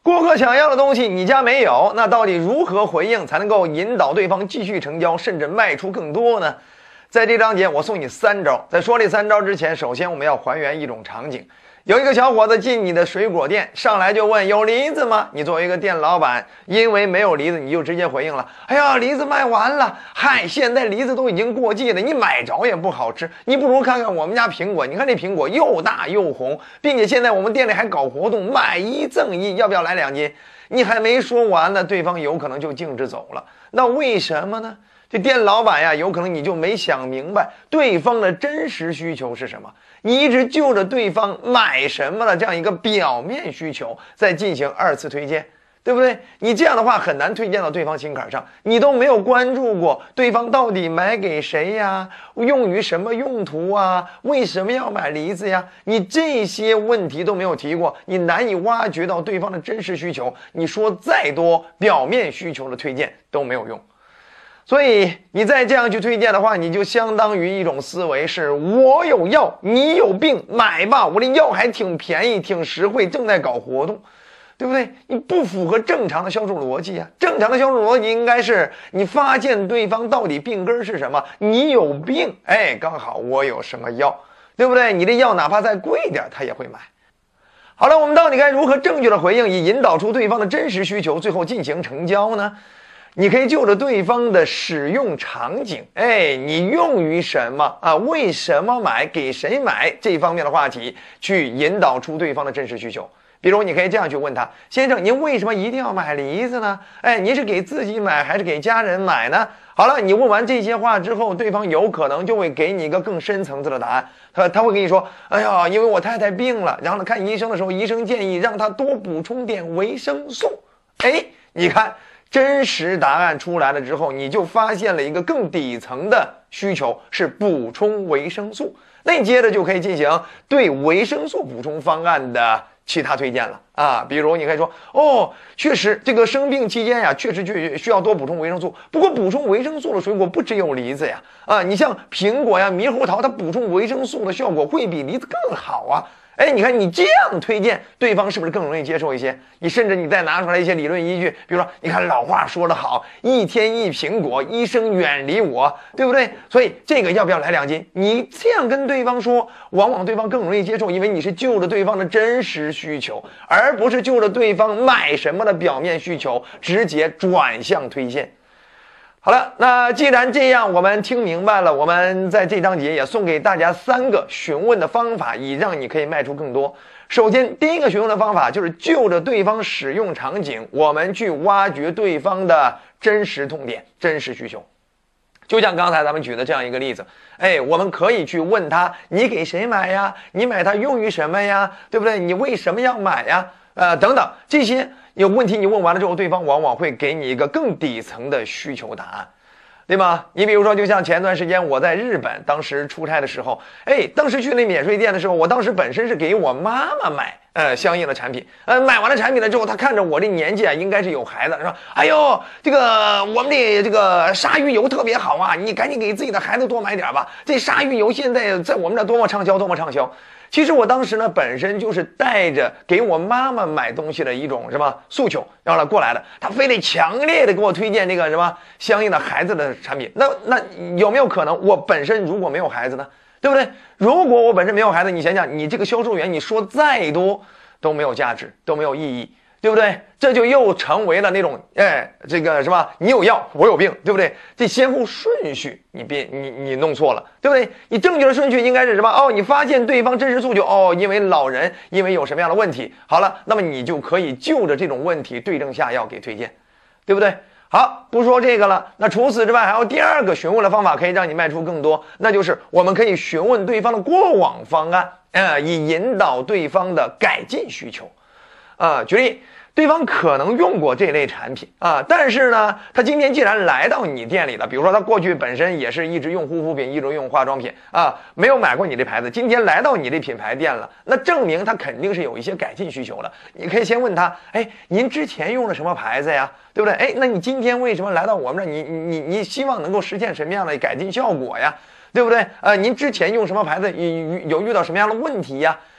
顾客想要的东西你家没有，那到底如何回应才能够引导对方继续成交，甚至卖出更多呢？在这章节我送你3招。在说这3招之前，首先我们要还原一种场景。有一个小伙子进你的水果店，上来就问有梨子吗？你作为一个店老板，因为没有梨子，你就直接回应了，哎呀，梨子卖完了，嗨，现在梨子都已经过季了，你买着也不好吃，你不如看看我们家苹果，你看这苹果又大又红，并且现在我们店里还搞活动，买1赠1，要不要来2斤？你还没说完呢，对方有可能就径直走了。那为什么呢？这店老板呀，有可能你就没想明白对方的真实需求是什么，你一直就着对方买什么的这样一个表面需求在进行2次推荐，对不对？你这样的话很难推荐到对方心坎上，你都没有关注过对方到底买给谁呀，用于什么用途啊，为什么要买梨子呀，你这些问题都没有提过，你难以挖掘到对方的真实需求，你说再多表面需求的推荐都没有用。所以你再这样去推荐的话，你就相当于一种思维是我有药你有病，买吧，我这药还挺便宜挺实惠，正在搞活动，对不对？你不符合正常的销售逻辑啊。正常的销售逻辑应该是你发现对方到底病根是什么，你有病，哎，刚好我有什么药，对不对？你这药哪怕再贵点他也会买。好了，我们到底该如何正确的回应，以引导出对方的真实需求，最后进行成交呢？你可以就着对方的使用场景，哎，你用于什么啊？为什么买？给谁买？这方面的话题去引导出对方的真实需求。比如你可以这样去问他，先生，您为什么一定要买梨子呢？哎，您是给自己买还是给家人买呢？好了，你问完这些话之后，对方有可能就会给你一个更深层次的答案。他会跟你说，哎呀，因为我太太病了，然后呢看医生的时候，医生建议让他多补充点维生素。哎，你看真实答案出来了之后，你就发现了一个更底层的需求是补充维生素。那你接着就可以进行对维生素补充方案的其他推荐了啊。比如你可以说，哦，确实这个生病期间呀，确实需要多补充维生素。不过补充维生素的水果不只有梨子呀，啊，你像苹果呀、猕猴桃，它补充维生素的效果会比梨子更好啊。哎，你看你这样推荐，对方是不是更容易接受一些？你甚至你再拿出来一些理论依据，比如说，你看老话说得好，一天1苹果，医生远离我，对不对？所以这个要不要来2斤？你这样跟对方说，往往对方更容易接受，因为你是就着对方的真实需求，而不是就着对方买什么的表面需求，直接转向推荐。好了，那既然这样，我们听明白了，我们在这章节也送给大家3个询问的方法，以让你可以卖出更多。首先，第一个询问的方法就是就着对方使用场景，我们去挖掘对方的真实痛点、真实需求。就像刚才咱们举的这样一个例子，哎，我们可以去问他，你给谁买呀？你买它用于什么呀？对不对？你为什么要买呀？等等，这些有问题你问完了之后，对方往往会给你一个更底层的需求答案，对吗？你比如说，就像前段时间我在日本当时出差的时候，哎，当时去那免税店的时候，我当时本身是给我妈妈买相应的产品，买完了产品了之后，她看着我这年纪啊，应该是有孩子，说，哎呦，这个我们这个鲨鱼油特别好啊，你赶紧给自己的孩子多买点吧，这鲨鱼油现在在我们这多么畅销，多么畅销。其实我当时呢，本身就是带着给我妈妈买东西的一种什么诉求，让她过来的，她非得强烈的给我推荐这个什么相应的孩子的产品。那有没有可能我本身如果没有孩子呢？对不对？如果我本身没有孩子，你想想，你这个销售员你说再多都没有价值，都没有意义，对不对？这就又成为了那种，哎，这个是吧？你有药，我有病，对不对？这先后顺序你弄错了，对不对？你正确的顺序应该是什么？哦，你发现对方真实诉求，哦，因为老人，因为有什么样的问题，好了，那么你就可以就着这种问题对症下药给推荐，对不对？好，不说这个了。那除此之外，还有第2个询问的方法可以让你卖出更多，那就是我们可以询问对方的过往方案，以引导对方的改进需求。举例，对方可能用过这类产品啊，但是呢，他今天既然来到你店里了，比如说他过去本身也是一直用护肤品，一直用化妆品啊，没有买过你这牌子，今天来到你这品牌店了，那证明他肯定是有一些改进需求的。你可以先问他，哎，您之前用的什么牌子呀？对不对？哎，那你今天为什么来到我们这儿？你希望能够实现什么样的改进效果呀？对不对？您之前用什么牌子有遇到什么样的问题呀？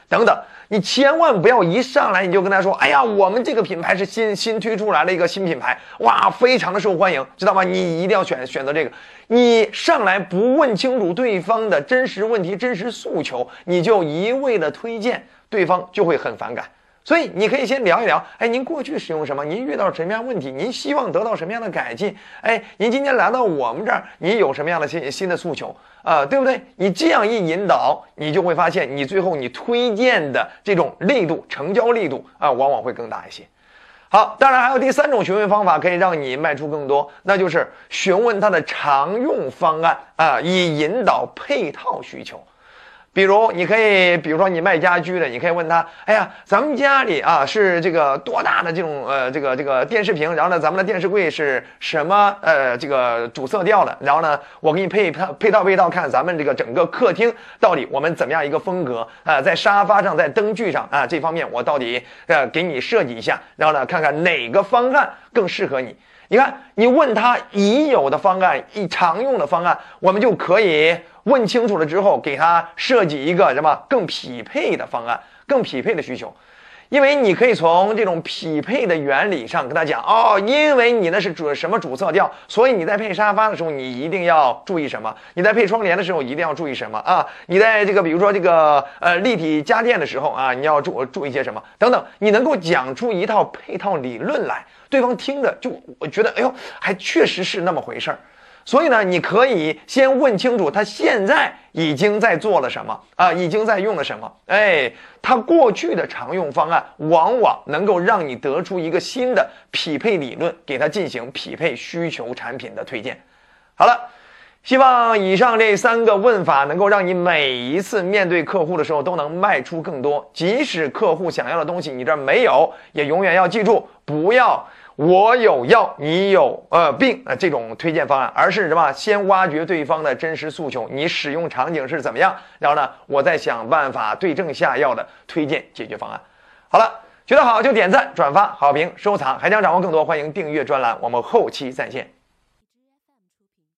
等等。你千万不要一上来你就跟他说，哎呀，我们这个品牌是新推出来的一个新品牌，哇，非常的受欢迎，知道吗？你一定要选择这个。你上来不问清楚对方的真实问题、真实诉求，你就一味的推荐，对方就会很反感。所以你可以先聊一聊，哎，您过去使用什么？您遇到什么样的问题？您希望得到什么样的改进？哎，您今天来到我们这儿，您有什么样的新的诉求啊？对不对？你这样一引导，你就会发现，你最后你推荐的这种力度、成交力度啊，往往会更大一些。好，当然还有第三种询问方法可以让你卖出更多，那就是询问他的常用方案啊，以引导配套需求。比如你卖家居的，你可以问他，哎呀，咱们家里啊是这个多大的这种这个电视屏，然后呢咱们的电视柜是什么这个主色调的，然后呢我给你配套看咱们这个整个客厅到底我们怎么样一个风格啊，在沙发上在灯具上啊这方面我到底给你设计一下，然后呢看看哪个方案更适合你。你看，你问他已有的方案、常用的方案，我们就可以问清楚了之后，给他设计一个什么更匹配的方案、更匹配的需求。因为你可以从这种匹配的原理上跟他讲，哦，因为你那是什么主色调，所以你在配沙发的时候，你一定要注意什么？你在配窗帘的时候，一定要注意什么啊？你在这个比如说这个立体家电的时候啊，你要注意些什么？等等，你能够讲出一套配套理论来，对方听着就我觉得，哎呦，还确实是那么回事儿。所以呢，你可以先问清楚他现在已经在做了什么啊，已经在用了什么。哎，他过去的常用方案往往能够让你得出一个新的匹配理论，给他进行匹配需求产品的推荐。好了，希望以上这3个问法能够让你每一次面对客户的时候都能卖出更多，即使客户想要的东西你这儿没有，也永远要记住，不要我有药，你有病这种推荐方案，而是什么？先挖掘对方的真实诉求，你使用场景是怎么样，然后呢，我再想办法对症下药的推荐解决方案。好了，觉得好就点赞、转发、好评、收藏，还想掌握更多，欢迎订阅专栏，我们后期再见。